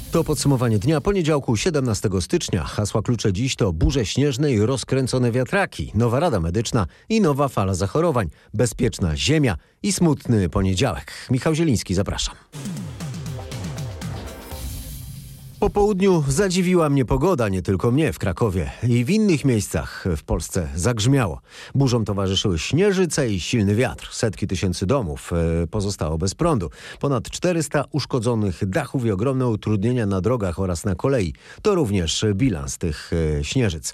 To podsumowanie dnia poniedziałku 17 stycznia. Hasła klucze dziś to burze śnieżne i rozkręcone wiatraki, nowa rada medyczna i nowa fala zachorowań, bezpieczna ziemia i smutny poniedziałek. Michał Zieliński, zapraszam. Po południu zadziwiła mnie pogoda, nie tylko mnie w Krakowie i w innych miejscach w Polsce zagrzmiało. Burzom towarzyszyły śnieżyce i silny wiatr. Setki tysięcy domów pozostało bez prądu. Ponad 400 uszkodzonych dachów i ogromne utrudnienia na drogach oraz na kolei. To również bilans tych śnieżyc.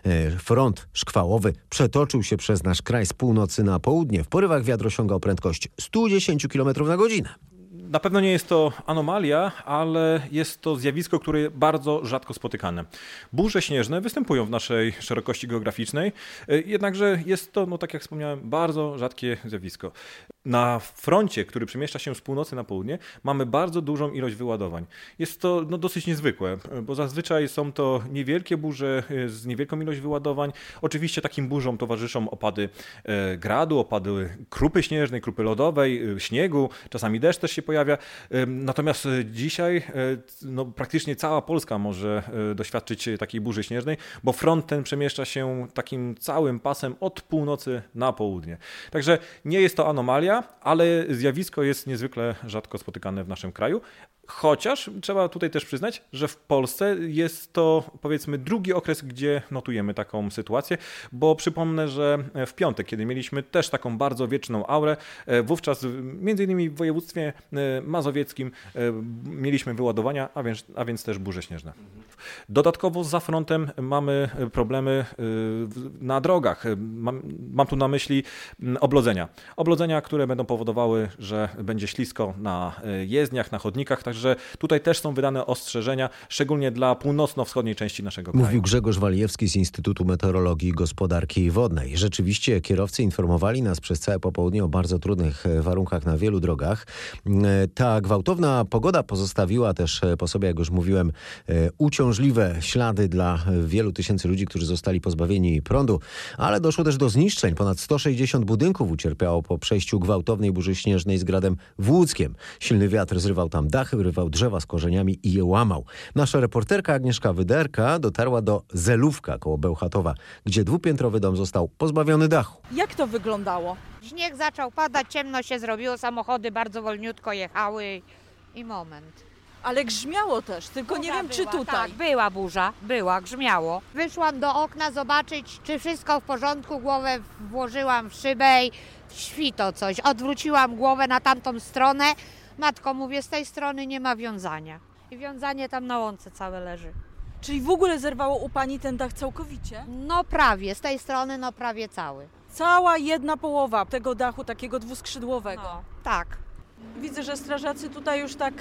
Front szkwałowy przetoczył się przez nasz kraj z północy na południe. W porywach wiatr osiągał prędkość 110 km na godzinę. Na pewno nie jest to anomalia, ale jest to zjawisko, które bardzo rzadko spotykane. Burze śnieżne występują w naszej szerokości geograficznej, jednakże jest to, tak jak wspomniałem, bardzo rzadkie zjawisko. Na froncie, który przemieszcza się z północy na południe, mamy bardzo dużą ilość wyładowań. Jest to dosyć niezwykłe, bo zazwyczaj są to niewielkie burze z niewielką ilość wyładowań. Oczywiście takim burzom towarzyszą opady gradu, opady krupy śnieżnej, krupy lodowej, śniegu, czasami deszcz też się pojawia. Natomiast dzisiaj praktycznie cała Polska może doświadczyć takiej burzy śnieżnej, bo front ten przemieszcza się takim całym pasem od północy na południe. Także nie jest to anomalia, ale zjawisko jest niezwykle rzadko spotykane w naszym kraju. Chociaż trzeba tutaj też przyznać, że w Polsce jest to, powiedzmy, drugi okres, gdzie notujemy taką sytuację, bo przypomnę, że w piątek, kiedy mieliśmy też taką bardzo wieczną aurę, wówczas między innymi w województwie mazowieckim mieliśmy wyładowania, a więc też burze śnieżne. Dodatkowo za frontem mamy problemy na drogach. Mam tu na myśli oblodzenia. Oblodzenia, które będą powodowały, że będzie ślisko na jezdniach, na chodnikach, także tutaj też są wydane ostrzeżenia, szczególnie dla północno-wschodniej części naszego kraju. Mówił Grzegorz Walijewski z Instytutu Meteorologii i Gospodarki Wodnej. Rzeczywiście kierowcy informowali nas przez całe popołudnie o bardzo trudnych warunkach na wielu drogach. Ta gwałtowna pogoda pozostawiła też po sobie, jak już mówiłem, uciążliwe ślady dla wielu tysięcy ludzi, którzy zostali pozbawieni prądu, ale doszło też do zniszczeń. Ponad 160 budynków ucierpiało po przejściu gwałtownej burzy śnieżnej z gradem w Łódzkiem. Silny wiatr zrywał tam dachy, wyrywał drzewa z korzeniami i je łamał. Nasza reporterka Agnieszka Wyderka dotarła do Zelówka koło Bełchatowa, gdzie dwupiętrowy dom został pozbawiony dachu. Jak to wyglądało? Śnieg zaczął padać, ciemno się zrobiło, samochody bardzo wolniutko jechały i moment. Ale grzmiało też, tylko nie wiem czy tutaj. Tak, była burza, grzmiało. Wyszłam do okna zobaczyć, czy wszystko w porządku, głowę włożyłam w szybę i świto coś. Odwróciłam głowę na tamtą stronę. Matko, mówię, z tej strony nie ma wiązania. I wiązanie tam na łące całe leży. Czyli w ogóle zerwało u pani ten dach całkowicie? No prawie, z tej strony prawie cały. Cała jedna połowa tego dachu takiego dwuskrzydłowego. No, tak. Widzę, że strażacy tutaj już tak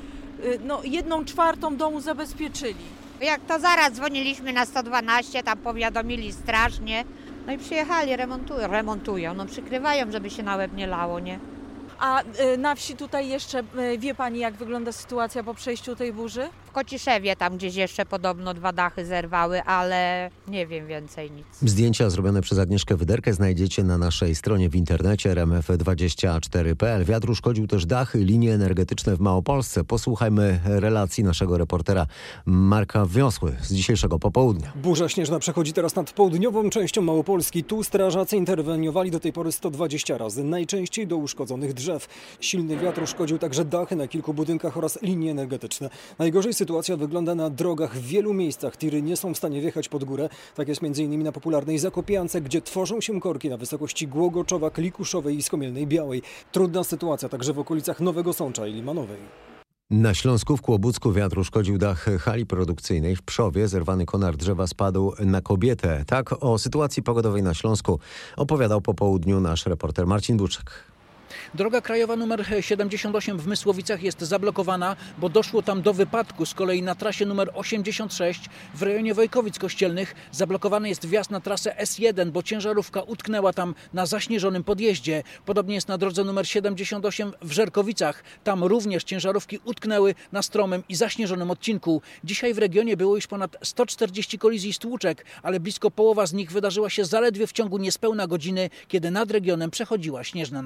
1/4 domu zabezpieczyli. Jak to zaraz dzwoniliśmy na 112, tam powiadomili strasznie. No i przyjechali, remontują, przykrywają, żeby się na łeb nie lało, nie? A na wsi tutaj jeszcze wie pani, jak wygląda sytuacja po przejściu tej burzy? W Kociszewie tam gdzieś jeszcze podobno 2 dachy zerwały, ale nie wiem więcej nic. Zdjęcia zrobione przez Agnieszkę Wyderkę znajdziecie na naszej stronie w internecie rmf24.pl. Wiatr uszkodził też dachy i linie energetyczne w Małopolsce. Posłuchajmy relacji naszego reportera Marka Wiosły z dzisiejszego popołudnia. Burza śnieżna przechodzi teraz nad południową częścią Małopolski. Tu strażacy interweniowali do tej pory 120 razy, najczęściej do uszkodzonych drzew. Silny wiatr uszkodził także dachy na kilku budynkach oraz linie energetyczne. Najgorzej sytuacja wygląda na drogach. W wielu miejscach tiry nie są w stanie wjechać pod górę. Tak jest m.in. na popularnej Zakopiance, gdzie tworzą się korki na wysokości Głogoczowa, Klikuszowej i Skomielnej Białej. Trudna sytuacja także w okolicach Nowego Sącza i Limanowej. Na Śląsku w Kłobucku wiatr uszkodził dach hali produkcyjnej. W Przowie zerwany konar drzewa spadł na kobietę. Tak o sytuacji pogodowej na Śląsku opowiadał po południu nasz reporter Marcin Buczek. Droga krajowa nr 78 w Mysłowicach jest zablokowana, bo doszło tam do wypadku. Z kolei na trasie nr 86 w rejonie Wojkowic Kościelnych zablokowany jest wjazd na trasę S1, bo ciężarówka utknęła tam na zaśnieżonym podjeździe. Podobnie jest na drodze nr 78 w Żerkowicach. Tam również ciężarówki utknęły na stromym i zaśnieżonym odcinku. Dzisiaj w regionie było już ponad 140 kolizji i stłuczek, ale blisko połowa z nich wydarzyła się zaledwie w ciągu niespełna godziny, kiedy nad regionem przechodziła śnieżna nawałnica.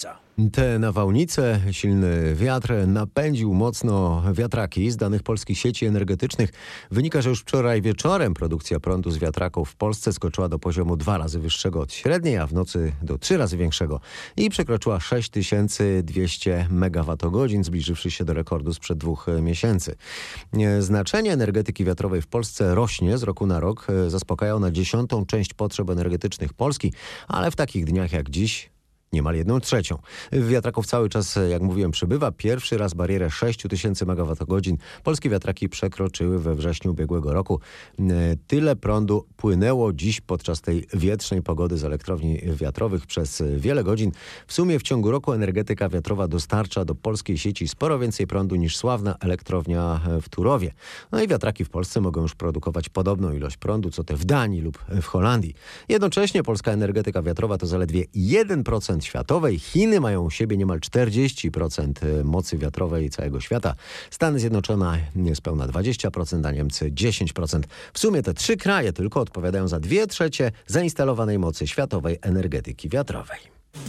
Katowica. Te nawałnice, silny wiatr napędził mocno wiatraki. Z danych polskich sieci energetycznych wynika, że już wczoraj wieczorem produkcja prądu z wiatraków w Polsce skoczyła do poziomu 2 razy wyższego od średniej, a w nocy do 3 razy większego i przekroczyła 6200 MWh, zbliżywszy się do rekordu sprzed 2 miesięcy. Znaczenie energetyki wiatrowej w Polsce rośnie z roku na rok, zaspokaja ona 10. część potrzeb energetycznych Polski, ale w takich dniach jak dziś niemal 1/3. Wiatraków cały czas, jak mówiłem, przybywa. Pierwszy raz barierę 6000 MWh polskie wiatraki przekroczyły we wrześniu ubiegłego roku. Tyle prądu płynęło dziś podczas tej wietrznej pogody z elektrowni wiatrowych przez wiele godzin. W sumie w ciągu roku energetyka wiatrowa dostarcza do polskiej sieci sporo więcej prądu niż sławna elektrownia w Turowie. No i wiatraki w Polsce mogą już produkować podobną ilość prądu, co te w Danii lub w Holandii. Jednocześnie polska energetyka wiatrowa to zaledwie 1% światowej. Chiny mają u siebie niemal 40% mocy wiatrowej całego świata. Stany Zjednoczone niespełna 20%, a Niemcy 10%. W sumie te 3 kraje tylko odpowiadają za 2/3 zainstalowanej mocy światowej energetyki wiatrowej.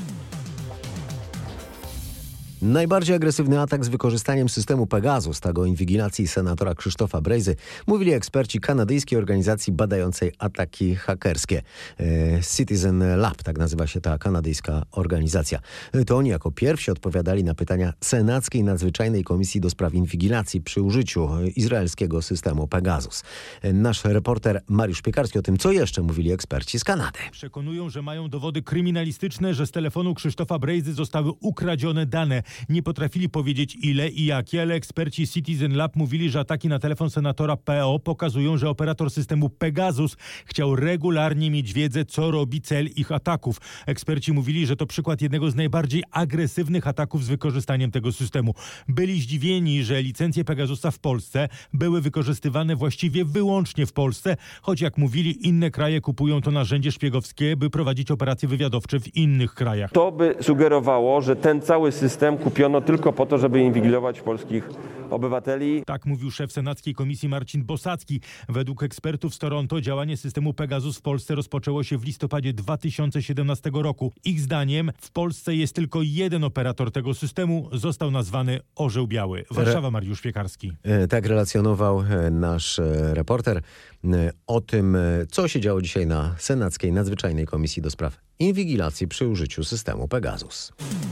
Najbardziej agresywny atak z wykorzystaniem systemu Pegasus, tak o inwigilacji senatora Krzysztofa Brejzy, mówili eksperci kanadyjskiej organizacji badającej ataki hakerskie. Citizen Lab, tak nazywa się ta kanadyjska organizacja. To oni jako pierwsi odpowiadali na pytania Senackiej Nadzwyczajnej Komisji do Spraw Inwigilacji przy użyciu izraelskiego systemu Pegasus. Nasz reporter Mariusz Piekarski o tym, co jeszcze mówili eksperci z Kanady. Przekonują, że mają dowody kryminalistyczne, że z telefonu Krzysztofa Brejzy zostały ukradzione dane. Nie potrafili powiedzieć ile i jakie, ale eksperci Citizen Lab mówili, że ataki na telefon senatora PO pokazują, że operator systemu Pegasus chciał regularnie mieć wiedzę, co robi cel ich ataków. Eksperci mówili, że to przykład jednego z najbardziej agresywnych ataków z wykorzystaniem tego systemu. Byli zdziwieni, że licencje Pegasusa w Polsce były wykorzystywane właściwie wyłącznie w Polsce, choć jak mówili, inne kraje kupują to narzędzie szpiegowskie, by prowadzić operacje wywiadowcze w innych krajach. To by sugerowało, że ten cały system kupiono tylko po to, żeby inwigilować polskich obywateli. Tak mówił szef Senackiej Komisji Marcin Bosacki. Według ekspertów z Toronto działanie systemu Pegasus w Polsce rozpoczęło się w listopadzie 2017 roku. Ich zdaniem w Polsce jest tylko jeden operator tego systemu. Został nazwany Orzeł Biały. Warszawa, Mariusz Piekarski. Tak relacjonował nasz reporter o tym, co się działo dzisiaj na Senackiej Nadzwyczajnej Komisji do Spraw Inwigilacji przy użyciu systemu Pegasus.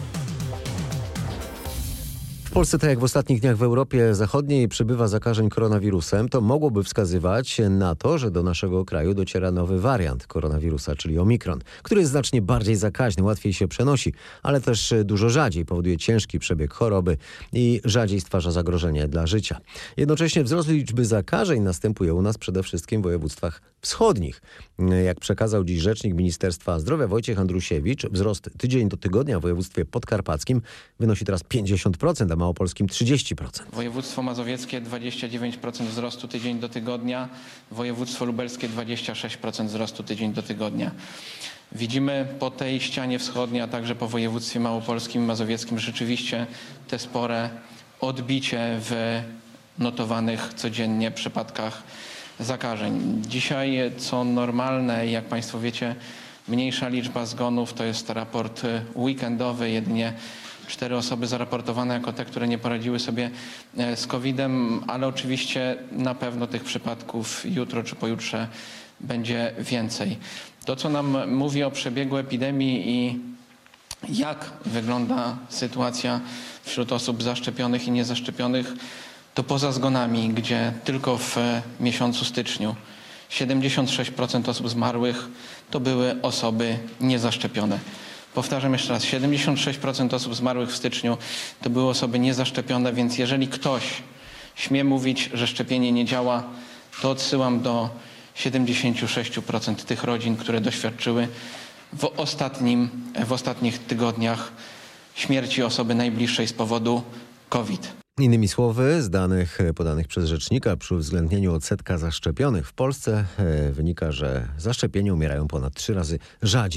W Polsce, tak jak w ostatnich dniach w Europie Zachodniej, przybywa zakażeń koronawirusem. To mogłoby wskazywać na to, że do naszego kraju dociera nowy wariant koronawirusa, czyli Omikron, który jest znacznie bardziej zakaźny, łatwiej się przenosi, ale też dużo rzadziej powoduje ciężki przebieg choroby i rzadziej stwarza zagrożenie dla życia. Jednocześnie wzrost liczby zakażeń następuje u nas przede wszystkim w województwach wschodnich. Jak przekazał dziś rzecznik Ministerstwa Zdrowia Wojciech Andrusiewicz, wzrost tydzień do tygodnia w województwie podkarpackim wynosi teraz 50%, a małopolskim 30%. Województwo mazowieckie 29% wzrostu tydzień do tygodnia, województwo lubelskie 26% wzrostu tydzień do tygodnia. Widzimy po tej ścianie wschodniej, a także po województwie małopolskim i mazowieckim rzeczywiście te spore odbicie w notowanych codziennie przypadkach zakażeń. Dzisiaj, co normalne, jak Państwo wiecie, mniejsza liczba zgonów, to jest raport weekendowy, jedynie 4 osoby zaraportowane jako te, które nie poradziły sobie z COVID-em, ale oczywiście na pewno tych przypadków jutro czy pojutrze będzie więcej. To, co nam mówi o przebiegu epidemii i jak wygląda sytuacja wśród osób zaszczepionych i niezaszczepionych, to poza zgonami, gdzie tylko w miesiącu styczniu 76% osób zmarłych to były osoby niezaszczepione. Powtarzam jeszcze raz, 76% osób zmarłych w styczniu to były osoby niezaszczepione, więc jeżeli ktoś śmie mówić, że szczepienie nie działa, to odsyłam do 76% tych rodzin, które doświadczyły w ostatnich tygodniach śmierci osoby najbliższej z powodu COVID. Innymi słowy, z danych podanych przez rzecznika przy uwzględnieniu odsetka zaszczepionych w Polsce wynika, że zaszczepieni umierają ponad 3 razy rzadziej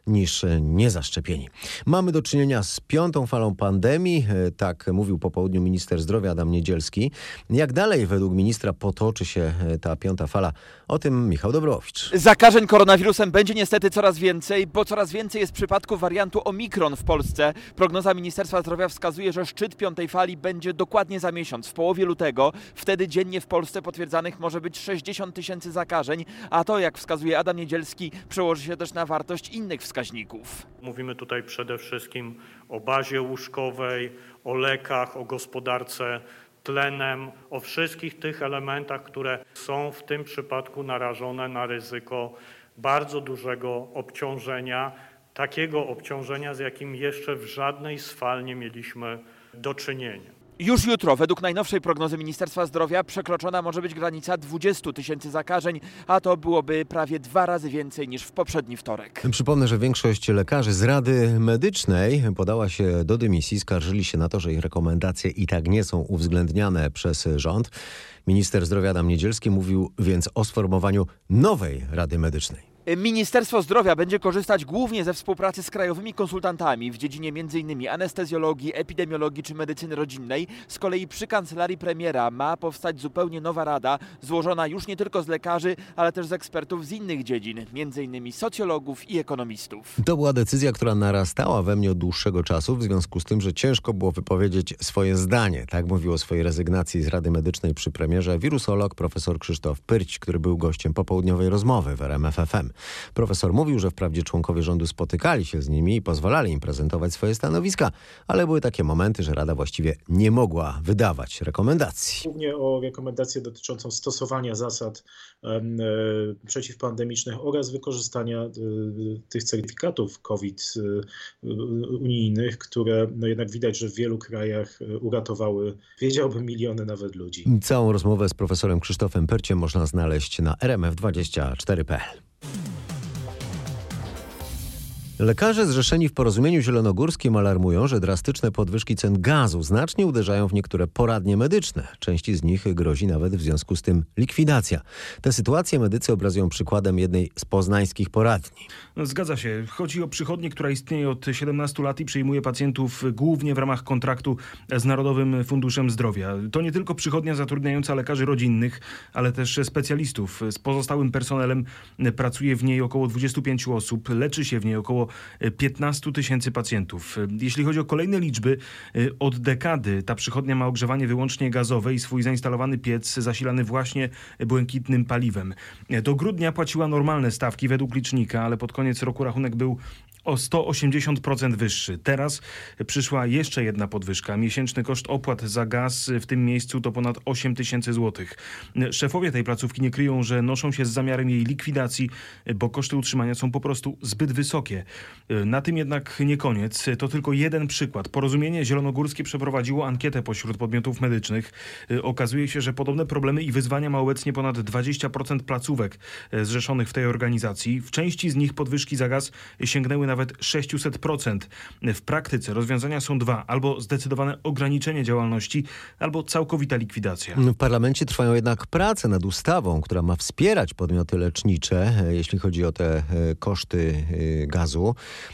niż niezaszczepieni. Mamy do czynienia z 5. falą pandemii, tak mówił po południu minister zdrowia Adam Niedzielski. Jak dalej według ministra potoczy się ta 5. fala? O tym Michał Dobrowicz. Zakażeń koronawirusem będzie niestety coraz więcej, bo coraz więcej jest przypadków wariantu Omikron w Polsce. Prognoza Ministerstwa Zdrowia wskazuje, że szczyt 5. fali będzie dokładnie za miesiąc, w połowie lutego. Wtedy dziennie w Polsce potwierdzanych może być 60 000 zakażeń, a to, jak wskazuje Adam Niedzielski, przełoży się też na wartość innych wskaźników. Mówimy tutaj przede wszystkim o bazie łóżkowej, o lekach, o gospodarce tlenem, o wszystkich tych elementach, które są w tym przypadku narażone na ryzyko bardzo dużego obciążenia, takiego obciążenia, z jakim jeszcze w żadnej z fal nie mieliśmy do czynienia. Już jutro, według najnowszej prognozy Ministerstwa Zdrowia, przekroczona może być granica 20 000 zakażeń, a to byłoby prawie 2 razy więcej niż w poprzedni wtorek. Przypomnę, że większość lekarzy z Rady Medycznej podała się do dymisji. Skarżyli się na to, że ich rekomendacje i tak nie są uwzględniane przez rząd. Minister zdrowia Adam Niedzielski mówił więc o sformowaniu nowej Rady Medycznej. Ministerstwo Zdrowia będzie korzystać głównie ze współpracy z krajowymi konsultantami w dziedzinie m.in. anestezjologii, epidemiologii czy medycyny rodzinnej. Z kolei przy kancelarii premiera ma powstać zupełnie nowa rada, złożona już nie tylko z lekarzy, ale też z ekspertów z innych dziedzin, m.in. socjologów i ekonomistów. To była decyzja, która narastała we mnie od dłuższego czasu, w związku z tym, że ciężko było wypowiedzieć swoje zdanie. Tak mówił o swojej rezygnacji z Rady Medycznej przy premierze wirusolog profesor Krzysztof Pyrć, który był gościem popołudniowej rozmowy w RMF FM. Profesor mówił, że wprawdzie członkowie rządu spotykali się z nimi i pozwalali im prezentować swoje stanowiska, ale były takie momenty, że Rada właściwie nie mogła wydawać rekomendacji. Głównie o rekomendację dotyczącą stosowania zasad przeciwpandemicznych oraz wykorzystania tych certyfikatów COVID unijnych, które jednak widać, że w wielu krajach uratowały, wiedziałbym, miliony nawet ludzi. Całą rozmowę z profesorem Krzysztofem Pyrciem można znaleźć na rmf24.pl. Lekarze zrzeszeni w Porozumieniu Zielonogórskim alarmują, że drastyczne podwyżki cen gazu znacznie uderzają w niektóre poradnie medyczne. Części z nich grozi nawet w związku z tym likwidacja. Tę sytuację medycy obrazują przykładem jednej z poznańskich poradni. Zgadza się. Chodzi o przychodnię, która istnieje od 17 lat i przyjmuje pacjentów głównie w ramach kontraktu z Narodowym Funduszem Zdrowia. To nie tylko przychodnia zatrudniająca lekarzy rodzinnych, ale też specjalistów. Z pozostałym personelem pracuje w niej około 25 osób, leczy się w niej około 15 000 pacjentów. Jeśli chodzi o kolejne liczby, od dekady ta przychodnia ma ogrzewanie wyłącznie gazowe i swój zainstalowany piec zasilany właśnie błękitnym paliwem. Do grudnia płaciła normalne stawki według licznika, ale pod koniec roku rachunek był o 180% wyższy. Teraz przyszła jeszcze jedna podwyżka. Miesięczny koszt opłat za gaz w tym miejscu to ponad 8 000 złotych. Szefowie tej placówki nie kryją, że noszą się z zamiarem jej likwidacji, bo koszty utrzymania są po prostu zbyt wysokie. Na tym jednak nie koniec. To tylko jeden przykład. Porozumienie Zielonogórskie przeprowadziło ankietę pośród podmiotów medycznych. Okazuje się, że podobne problemy i wyzwania ma obecnie ponad 20% placówek zrzeszonych w tej organizacji. W części z nich podwyżki za gaz sięgnęły nawet 600%. W praktyce rozwiązania są dwa. Albo zdecydowane ograniczenie działalności, albo całkowita likwidacja. W parlamencie trwają jednak prace nad ustawą, która ma wspierać podmioty lecznicze, jeśli chodzi o te koszty gazu.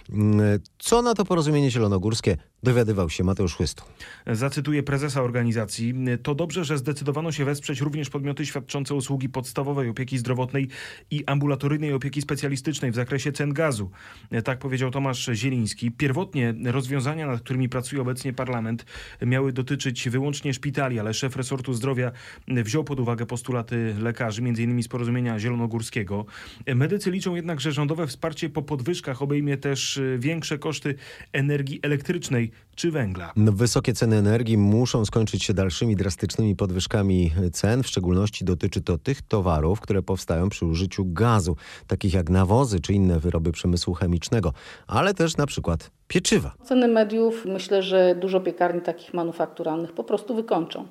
Co na to Porozumienie Zielonogórskie? Dowiadywał się Mateusz Chłystu. Zacytuję prezesa organizacji. To dobrze, że zdecydowano się wesprzeć również podmioty świadczące usługi podstawowej opieki zdrowotnej i ambulatoryjnej opieki specjalistycznej w zakresie cen gazu. Tak powiedział Tomasz Zieliński. Pierwotnie rozwiązania, nad którymi pracuje obecnie parlament, miały dotyczyć wyłącznie szpitali, ale szef resortu zdrowia wziął pod uwagę postulaty lekarzy, m.in. z Porozumienia Zielonogórskiego. Medycy liczą jednak, że rządowe wsparcie po podwyżkach obejmie też większe koszty energii elektrycznej czy węgla. Wysokie ceny energii muszą skończyć się dalszymi drastycznymi podwyżkami cen. W szczególności dotyczy to tych towarów, które powstają przy użyciu gazu, takich jak nawozy czy inne wyroby przemysłu chemicznego, ale też na przykład pieczywa. Ceny mediów, myślę, że dużo piekarni takich manufakturalnych po prostu wykończą,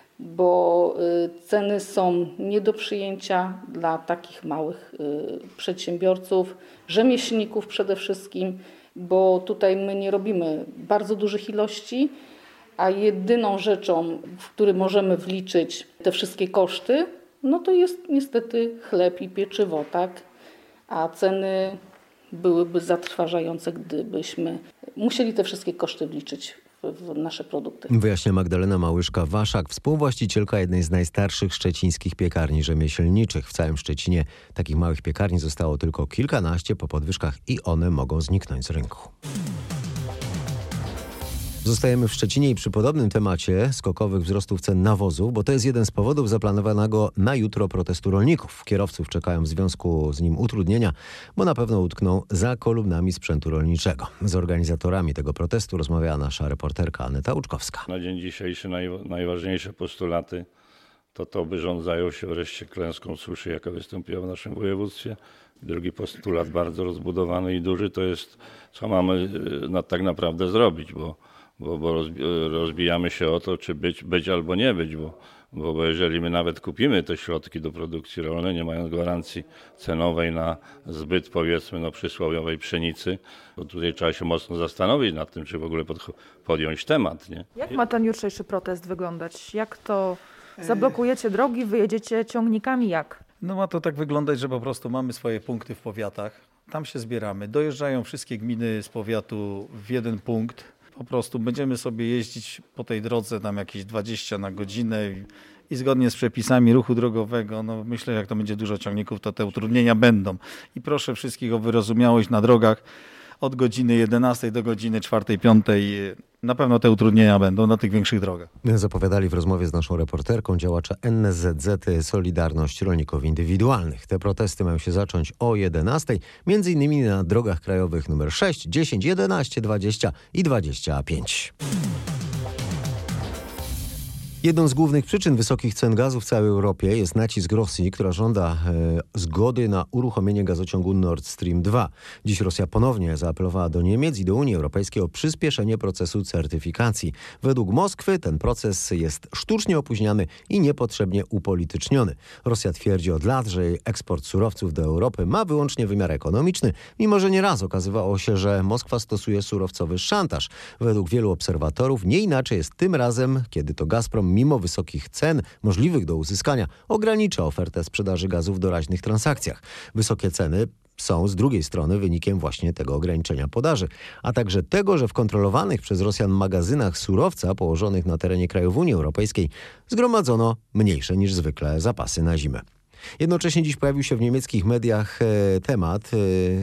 bo ceny są nie do przyjęcia dla takich małych przedsiębiorców, rzemieślników przede wszystkim, bo tutaj my nie robimy bardzo dużych ilości, a jedyną rzeczą, w której możemy wliczyć te wszystkie koszty, no to jest niestety chleb i pieczywo, tak? A ceny byłyby zatrważające, gdybyśmy musieli te wszystkie koszty wliczyć w nasze produkty. Wyjaśnia Magdalena Małyszka-Waszak, współwłaścicielka jednej z najstarszych szczecińskich piekarni rzemieślniczych. W całym Szczecinie takich małych piekarni zostało tylko kilkanaście po podwyżkach i one mogą zniknąć z rynku. Zostajemy w Szczecinie i przy podobnym temacie skokowych wzrostów cen nawozów, bo to jest jeden z powodów zaplanowanego na jutro protestu rolników. Kierowców czekają w związku z nim utrudnienia, bo na pewno utkną za kolumnami sprzętu rolniczego. Z organizatorami tego protestu rozmawiała nasza reporterka Aneta Łuczkowska. Na dzień dzisiejszy najważniejsze postulaty to by rząd zajął się wreszcie klęską suszy, jaka wystąpiła w naszym województwie. Drugi postulat bardzo rozbudowany i duży to jest, co mamy tak naprawdę zrobić, bo rozbijamy się o to, czy być albo nie być, bo jeżeli my nawet kupimy te środki do produkcji rolnej, nie mając gwarancji cenowej na zbyt, powiedzmy, przysłowiowej pszenicy, to tutaj trzeba się mocno zastanowić nad tym, czy w ogóle podjąć temat. Nie? Jak ma ten jutrzejszy protest wyglądać? Jak to zablokujecie drogi, wyjedziecie ciągnikami, jak? No ma to tak wyglądać, że po prostu mamy swoje punkty w powiatach, tam się zbieramy, dojeżdżają wszystkie gminy z powiatu w jeden punkt. Po prostu będziemy sobie jeździć po tej drodze tam jakieś 20 na godzinę i zgodnie z przepisami ruchu drogowego, no myślę, jak to będzie dużo ciągników, to te utrudnienia będą. I proszę wszystkich o wyrozumiałość na drogach od godziny 11 do godziny 4-5. Na pewno te utrudnienia będą na tych większych drogach. Zapowiadali w rozmowie z naszą reporterką działacze NSZZ Solidarność Rolników Indywidualnych. Te protesty mają się zacząć o 11, między innymi na drogach krajowych nr 6, 10, 11, 20 i 25. Jedną z głównych przyczyn wysokich cen gazu w całej Europie jest nacisk Rosji, która żąda zgody na uruchomienie gazociągu Nord Stream 2. Dziś Rosja ponownie zaapelowała do Niemiec i do Unii Europejskiej o przyspieszenie procesu certyfikacji. Według Moskwy ten proces jest sztucznie opóźniany i niepotrzebnie upolityczniony. Rosja twierdzi od lat, że jej eksport surowców do Europy ma wyłącznie wymiar ekonomiczny, mimo że nieraz okazywało się, że Moskwa stosuje surowcowy szantaż. Według wielu obserwatorów nie inaczej jest tym razem, kiedy to Gazprom mimo wysokich cen możliwych do uzyskania ogranicza ofertę sprzedaży gazu w doraźnych transakcjach. Wysokie ceny są z drugiej strony wynikiem właśnie tego ograniczenia podaży, a także tego, że w kontrolowanych przez Rosjan magazynach surowca położonych na terenie krajów Unii Europejskiej zgromadzono mniejsze niż zwykle zapasy na zimę. Jednocześnie dziś pojawił się w niemieckich mediach temat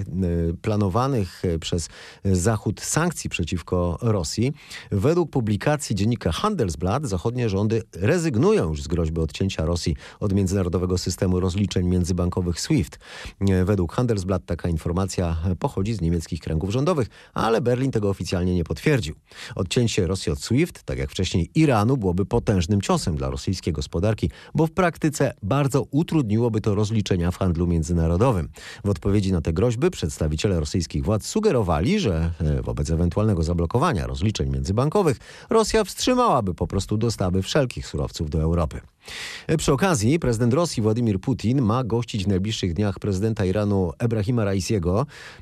planowanych przez Zachód sankcji przeciwko Rosji. Według publikacji dziennika Handelsblatt zachodnie rządy rezygnują już z groźby odcięcia Rosji od międzynarodowego systemu rozliczeń międzybankowych SWIFT. Według Handelsblatt taka informacja pochodzi z niemieckich kręgów rządowych, ale Berlin tego oficjalnie nie potwierdził. Odcięcie Rosji od SWIFT, tak jak wcześniej Iranu, byłoby potężnym ciosem dla rosyjskiej gospodarki, bo w praktyce bardzo utrudniłoby to rozliczenia w handlu międzynarodowym. W odpowiedzi na te groźby przedstawiciele rosyjskich władz sugerowali, że wobec ewentualnego zablokowania rozliczeń międzybankowych Rosja wstrzymałaby po prostu dostawy wszelkich surowców do Europy. Przy okazji prezydent Rosji Władimir Putin ma gościć w najbliższych dniach prezydenta Iranu Ebrahima Raisiego,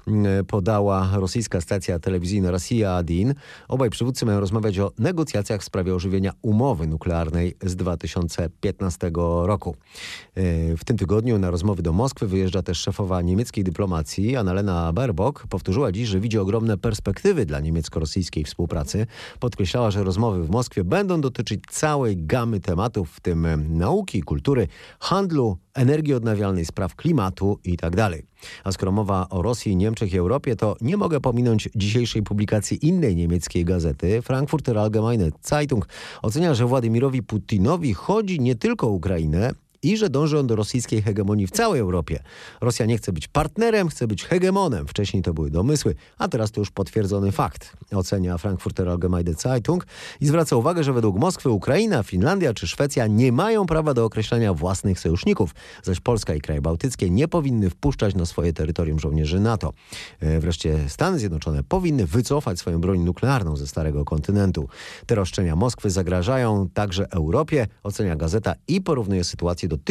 podała rosyjska stacja telewizyjna Rosja 1. Obaj przywódcy mają rozmawiać o negocjacjach w sprawie ożywienia umowy nuklearnej z 2015 roku. W tym tygodniu na rozmowy do Moskwy wyjeżdża też szefowa niemieckiej dyplomacji Annalena Baerbock. Powtórzyła dziś, że widzi ogromne perspektywy dla niemiecko-rosyjskiej współpracy. Podkreślała, że rozmowy w Moskwie będą dotyczyć całej gamy tematów, w tym nauki, kultury, handlu, energii odnawialnej, spraw klimatu itd. A skoro mowa o Rosji, Niemczech i Europie, to nie mogę pominąć dzisiejszej publikacji innej niemieckiej gazety. Frankfurter Allgemeine Zeitung ocenia, że Władimirowi Putinowi chodzi nie tylko o Ukrainę, i że dąży on do rosyjskiej hegemonii w całej Europie. Rosja nie chce być partnerem, chce być hegemonem. Wcześniej to były domysły, a teraz to już potwierdzony fakt, ocenia Frankfurter Allgemeine Zeitung i zwraca uwagę, że według Moskwy Ukraina, Finlandia czy Szwecja nie mają prawa do określania własnych sojuszników, zaś Polska i kraje bałtyckie nie powinny wpuszczać na swoje terytorium żołnierzy NATO. Wreszcie Stany Zjednoczone powinny wycofać swoją broń nuklearną ze starego kontynentu. Te roszczenia Moskwy zagrażają także Europie, ocenia gazeta i porównuje sytuację do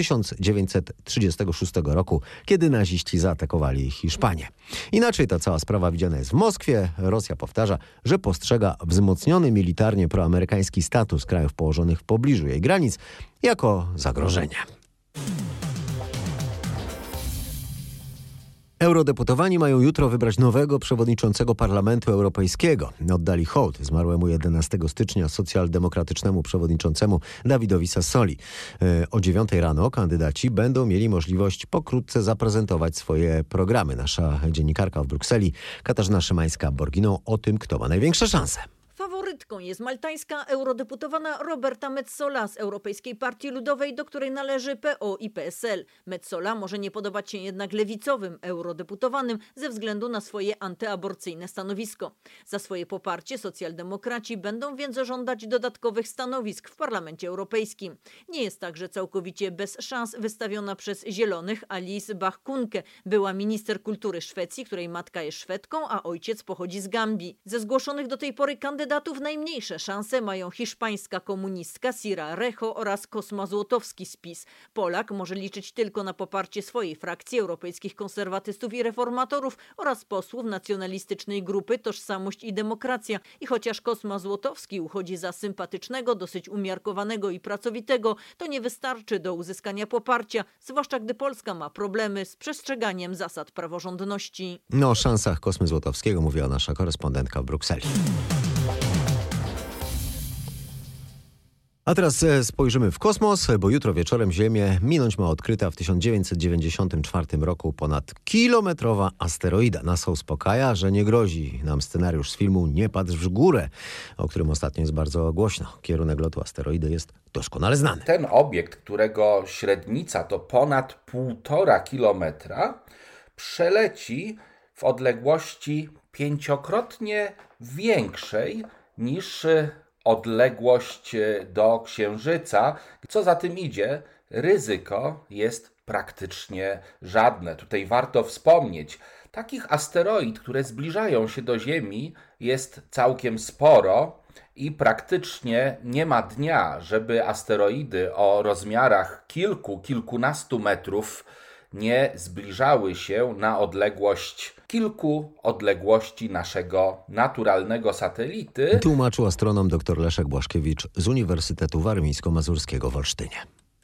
1936 roku, kiedy naziści zaatakowali Hiszpanię. Inaczej ta cała sprawa widziana jest w Moskwie. Rosja powtarza, że postrzega wzmocniony militarnie proamerykański status krajów położonych w pobliżu jej granic jako zagrożenie. Eurodeputowani mają jutro wybrać nowego przewodniczącego Parlamentu Europejskiego. Oddali hołd zmarłemu 11 stycznia socjaldemokratycznemu przewodniczącemu Davidowi Sassoli. O 9 rano kandydaci będą mieli możliwość pokrótce zaprezentować swoje programy. Nasza dziennikarka w Brukseli Katarzyna Szymańska-Borginą o tym, kto ma największe szanse. Faworytką jest maltańska eurodeputowana Roberta Metsola z Europejskiej Partii Ludowej, do której należy PO i PSL. Metsola może nie podobać się jednak lewicowym eurodeputowanym ze względu na swoje antyaborcyjne stanowisko. Za swoje poparcie socjaldemokraci będą więc żądać dodatkowych stanowisk w Parlamencie Europejskim. Nie jest także całkowicie bez szans wystawiona przez Zielonych Alice Bah-Kuhnke, była minister kultury Szwecji, której matka jest Szwedką, a ojciec pochodzi z Gambii. Ze zgłoszonych do tej pory kandydatów najmniejsze szanse mają hiszpańska komunistka Sira Rejo oraz Kosma Złotowski z PiS. Polak może liczyć tylko na poparcie swojej frakcji europejskich konserwatystów i reformatorów oraz posłów nacjonalistycznej grupy Tożsamość i Demokracja. I chociaż Kosma Złotowski uchodzi za sympatycznego, dosyć umiarkowanego i pracowitego, to nie wystarczy do uzyskania poparcia, zwłaszcza gdy Polska ma problemy z przestrzeganiem zasad praworządności. O szansach Kosmy Złotowskiego mówiła nasza korespondentka w Brukseli. A teraz spojrzymy w kosmos, bo jutro wieczorem Ziemię minąć ma odkryta w 1994 roku ponadkilometrowa asteroida. NASA uspokaja, że nie grozi nam scenariusz z filmu Nie patrz w górę, o którym ostatnio jest bardzo głośno. Kierunek lotu asteroidy jest doskonale znany. Ten obiekt, którego średnica to ponad 1,5 kilometra, przeleci w odległości 5-krotnie większej niż odległość do Księżyca. Co za tym idzie, ryzyko jest praktycznie żadne. Tutaj warto wspomnieć, takich asteroid, które zbliżają się do Ziemi, jest całkiem sporo i praktycznie nie ma dnia, żeby asteroidy o rozmiarach kilkunastu metrów nie zbliżały się na kilku odległości naszego naturalnego satelity. Tłumaczył astronom dr Leszek Błaszkiewicz z Uniwersytetu Warmińsko-Mazurskiego w Olsztynie.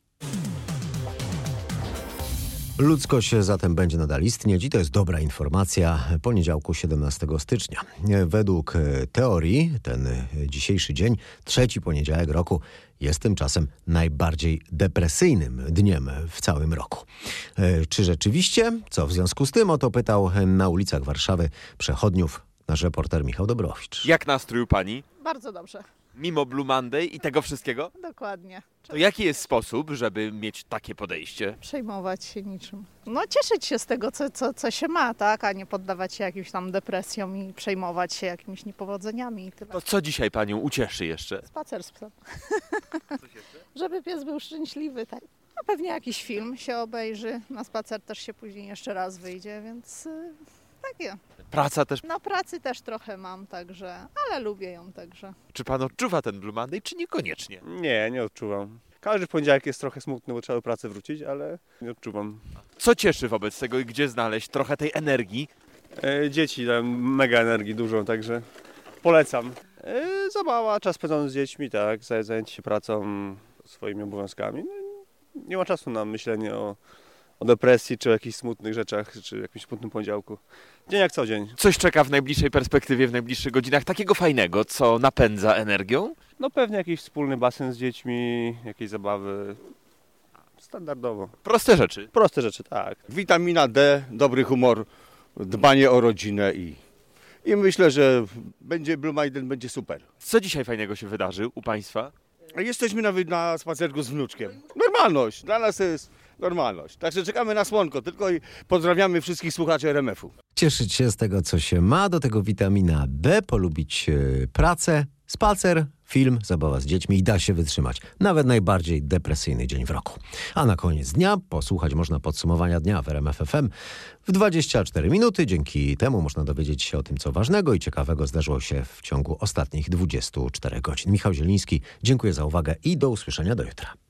Ludzkość zatem będzie nadal istnieć i to jest dobra informacja. Poniedziałku 17 stycznia. Według teorii ten dzisiejszy dzień, trzeci poniedziałek roku, jest tymczasem najbardziej depresyjnym dniem w całym roku. Czy rzeczywiście? Co w związku z tym? O to pytał na ulicach Warszawy przechodniów nasz reporter Michał Dobrowicz. Jak nastrój u pani? Bardzo dobrze. Mimo Blue Monday i tego wszystkiego? Dokładnie. To jaki jest sposób, żeby mieć takie podejście? Przejmować się niczym. No cieszyć się z tego, co się ma, tak? A nie poddawać się jakimś tam depresjom i przejmować się jakimiś niepowodzeniami i tyle. To co dzisiaj panią ucieszy jeszcze? Spacer z psem. Żeby pies był szczęśliwy, tak. No pewnie jakiś film się obejrzy. Na spacer też się później jeszcze raz wyjdzie, więc takie. Praca też? No pracy też trochę mam, także, ale lubię ją także. Czy pan odczuwa ten Blue Monday, czy niekoniecznie? Nie odczuwam. Każdy poniedziałek jest trochę smutny, bo trzeba do pracy wrócić, ale nie odczuwam. Co cieszy wobec tego i gdzie znaleźć trochę tej energii? Dzieci dają mega energii dużą, także polecam. Zabawa, czas spędzony z dziećmi, tak, zajęcie się pracą, swoimi obowiązkami. No, nie ma czasu na myślenie o depresji, czy o jakichś smutnych rzeczach, czy jakimś smutnym poniedziałku. Dzień jak co dzień. Coś czeka w najbliższej perspektywie, w najbliższych godzinach takiego fajnego, co napędza energią? No pewnie jakiś wspólny basen z dziećmi, jakieś zabawy. Standardowo. Proste rzeczy? Proste rzeczy, tak. Witamina D, dobry humor, dbanie o rodzinę i myślę, że Blue Monday będzie super. Co dzisiaj fajnego się wydarzy u państwa? Jesteśmy nawet na spacerku z wnuczkiem. Normalność, dla nas to jest normalność. Także czekamy na słonko, tylko i pozdrawiamy wszystkich słuchaczy RMF-u. Cieszyć się z tego, co się ma, do tego witamina D, polubić pracę, spacer, film, zabawa z dziećmi i da się wytrzymać. Nawet najbardziej depresyjny dzień w roku. A na koniec dnia posłuchać można podsumowania dnia w RMF FM w 24 minuty. Dzięki temu można dowiedzieć się o tym, co ważnego i ciekawego zdarzyło się w ciągu ostatnich 24 godzin. Michał Zieliński, dziękuję za uwagę i do usłyszenia do jutra.